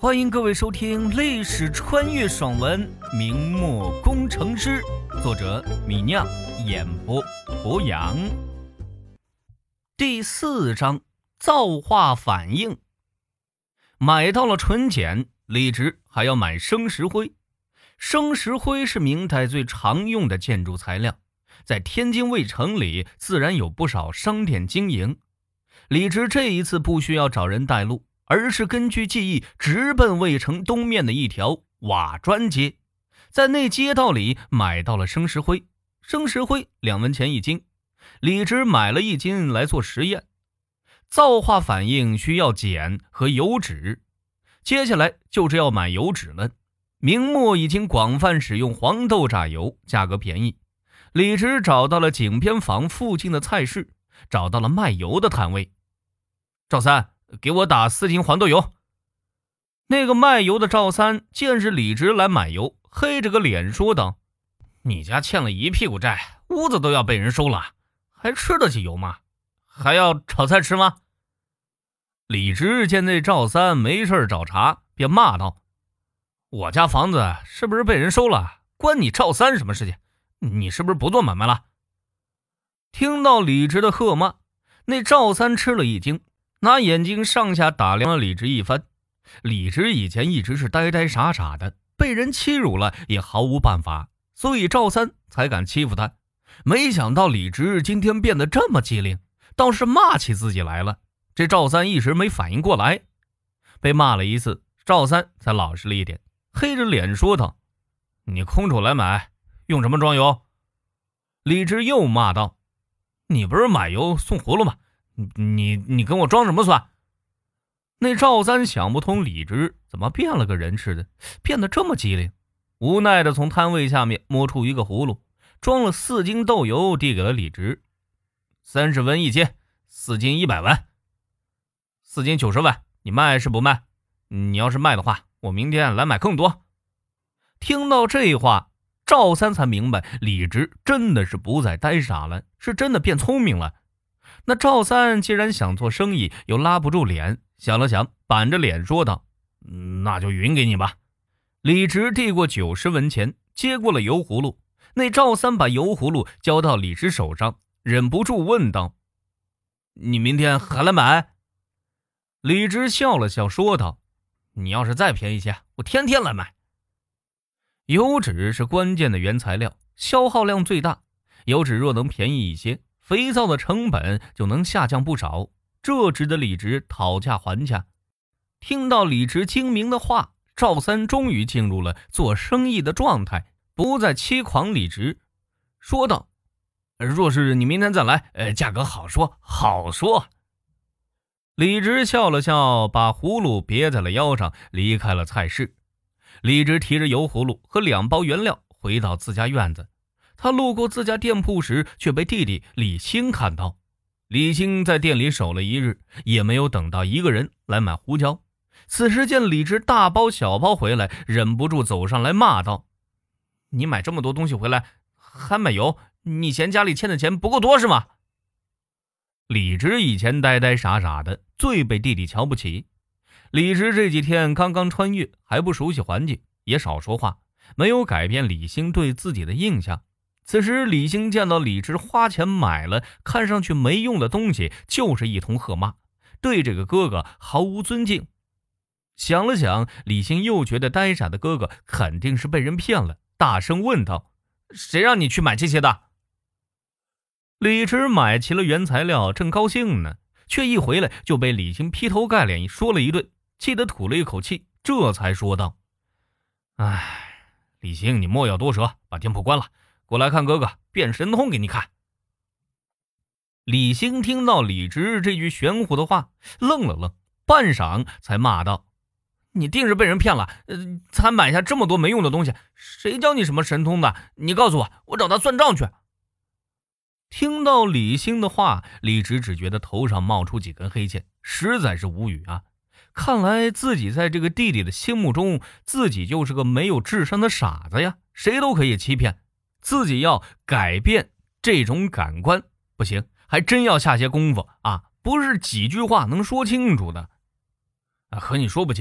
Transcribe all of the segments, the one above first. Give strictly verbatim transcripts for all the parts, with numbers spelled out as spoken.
欢迎各位收听历史穿越爽文《明末工程师》，作者米酿，演播博洋。第四章，造化反应。买到了纯碱，李直还要买生石灰。生石灰是明代最常用的建筑材料，在天津卫城里自然有不少商店经营。李直这一次不需要找人带路，而是根据记忆直奔卫城东面的一条瓦砖街，在那街道里买到了生石灰。生石灰两文钱一斤，李直买了一斤来做实验。造化反应需要碱和油脂，接下来就是要买油脂了。明末已经广泛使用黄豆榨油，价格便宜。李直找到了井边坊附近的菜市，找到了卖油的摊位。赵三，给我打四斤黄豆油。那个卖油的赵三见是李直来买油，黑着个脸说道：你家欠了一屁股债，屋子都要被人收了，还吃得起油吗？还要炒菜吃吗？李直见那赵三没事找茬，便骂道：我家房子是不是被人收了？关你赵三什么事情？你是不是不做买卖了？听到李直的喝骂，那赵三吃了一惊，拿眼睛上下打量了李直一番。李直以前一直是呆呆傻傻的，被人欺辱了也毫无办法，所以赵三才敢欺负他。没想到李直今天变得这么机灵，倒是骂起自己来了。这赵三一时没反应过来，被骂了一次，赵三才老实了一点，黑着脸说道：你空手来买，用什么装油？李直又骂道：你不是买油送葫芦吗？你你跟我装什么蒜？那赵三想不通李直怎么变了个人似的，变得这么机灵，无奈的从摊位下面摸出一个葫芦，装了四斤豆油递给了李直。三十文一斤，四斤一百文。四斤九十文，你卖是不卖？你要是卖的话，我明天来买更多。听到这话，赵三才明白李直真的是不再呆傻了，是真的变聪明了。那赵三既然想做生意，又拉不住脸，想了想，板着脸说道：那就匀给你吧。李直递过九十文钱，接过了油葫芦。那赵三把油葫芦交到李直手上，忍不住问道：你明天还来买？李直笑了笑说道：你要是再便宜些，我天天来买。油脂是关键的原材料，消耗量最大，油脂若能便宜一些，肥皂的成本就能下降不少，这值得李直讨价还价。听到李直精明的话，赵三终于进入了做生意的状态，不再欺诳李直，说道：若是你明天再来，呃，价格好说好说。李直笑了笑，把葫芦别在了腰上，离开了菜市。李直提着油葫芦和两包原料回到自家院子。他路过自家店铺时，却被弟弟李兴看到。李兴在店里守了一日，也没有等到一个人来买胡椒。此时见李直大包小包回来，忍不住走上来骂道：你买这么多东西回来还买油，你嫌家里欠的钱不够多是吗？李直以前呆呆傻傻的，最被弟弟瞧不起。李直这几天刚刚穿越，还不熟悉环境，也少说话，没有改变李兴对自己的印象。此时李兴见到李直花钱买了看上去没用的东西，就是一通喝骂，对这个哥哥毫无尊敬。想了想，李兴又觉得呆傻的哥哥肯定是被人骗了，大声问道：谁让你去买这些的？李直买齐了原材料，正高兴呢，却一回来就被李兴劈头盖脸说了一顿，气得吐了一口气，这才说道：唉，李兴，你莫要多舌，把店铺关了，过来看哥哥变神通给你看。李兴听到李直这句玄乎的话，愣了愣，半晌才骂道：你定是被人骗了，呃，才买下这么多没用的东西，谁教你什么神通的？你告诉我，我找他算账去。听到李兴的话，李直只觉得头上冒出几根黑线，实在是无语啊。看来自己在这个弟弟的心目中，自己就是个没有智商的傻子呀，谁都可以欺骗。自己要改变这种感官，不行，还真要下些功夫啊，不是几句话能说清楚的。啊，和你说不清楚，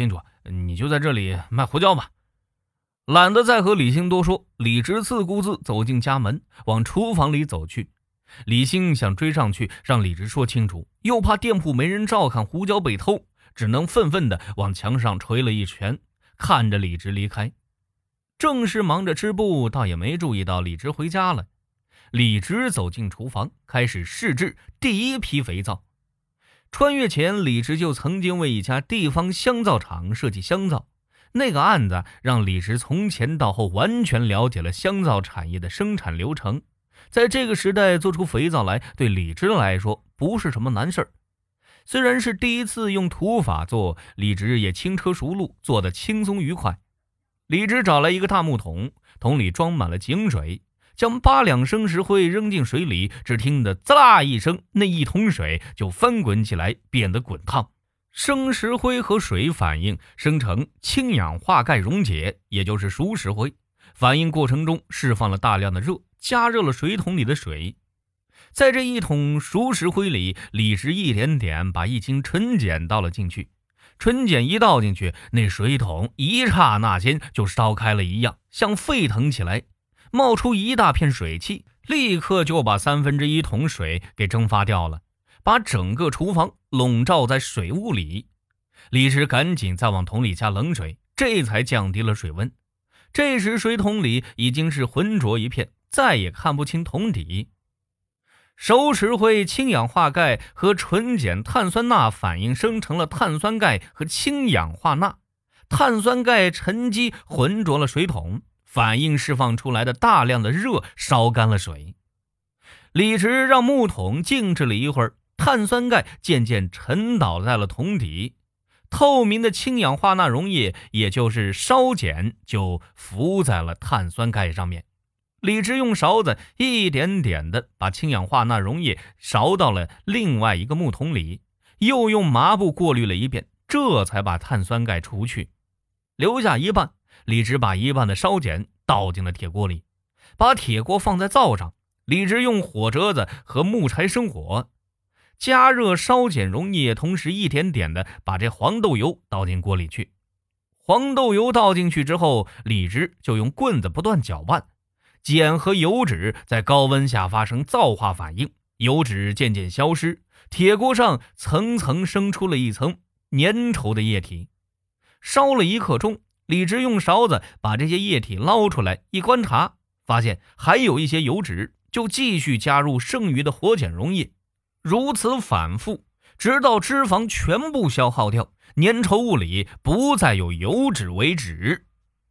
你就在这里卖胡椒吧。懒得再和李兴多说，李直自顾自走进家门，往厨房里走去。李兴想追上去让李直说清楚，又怕店铺没人照看，胡椒被偷，只能愤愤地往墙上捶了一拳，看着李直离开。正是忙着织布，倒也没注意到李直回家了。李直走进厨房，开始试制第一批肥皂。穿越前，李直就曾经为一家地方香皂厂设计香皂，那个案子让李直从前到后完全了解了香皂产业的生产流程。在这个时代做出肥皂来，对李直来说不是什么难事儿。虽然是第一次用土法做，李直也轻车熟路，做得轻松愉快。李直找来一个大木桶，桶里装满了井水，将八两生石灰扔进水里，只听得滋啦一声，那一桶水就翻滚起来，变得滚烫。生石灰和水反应生成氢氧化钙溶解，也就是熟石灰。反应过程中释放了大量的热，加热了水桶里的水。在这一桶熟石灰里，李直一点点把一斤纯碱倒了进去。纯碱一倒进去，那水桶一刹那间就烧开了一样，像沸腾起来，冒出一大片水汽，立刻就把三分之一桶水给蒸发掉了，把整个厨房笼罩在水雾里。李直赶紧再往桶里加冷水，这才降低了水温。这时水桶里已经是浑浊一片，再也看不清桶底。熟石灰、氢氧化钙和纯碱碳酸钠反应生成了碳酸钙和氢氧化钠，碳酸钙沉积浑浊了水桶，反应释放出来的大量的热烧干了水。李直让木桶静置了一会儿，碳酸钙渐渐沉倒在了桶底，透明的氢氧化钠溶液，也就是烧碱，就浮在了碳酸钙上面。李直用勺子一点点地把氢氧化钠溶液勺到了另外一个木桶里，又用麻布过滤了一遍，这才把碳酸钙除去。留下一半，李直把一半的烧碱倒进了铁锅里，把铁锅放在灶上。李直用火折子和木柴生火，加热烧碱溶液，同时一点点的把这黄豆油倒进锅里去。黄豆油倒进去之后，李直就用棍子不断搅拌，碱和油脂在高温下发生皂化反应，油脂渐渐消失，铁锅上层层生出了一层粘稠的液体。烧了一刻钟，李直用勺子把这些液体捞出来，一观察，发现还有一些油脂，就继续加入剩余的火碱溶液，如此反复，直到脂肪全部消耗掉，粘稠物里不再有油脂为止。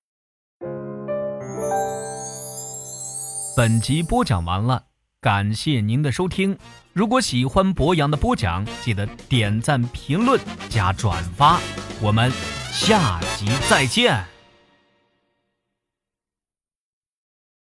本集播讲完了，感谢您的收听。如果喜欢博洋的播讲，记得点赞、评论、加转发。我们下集再见。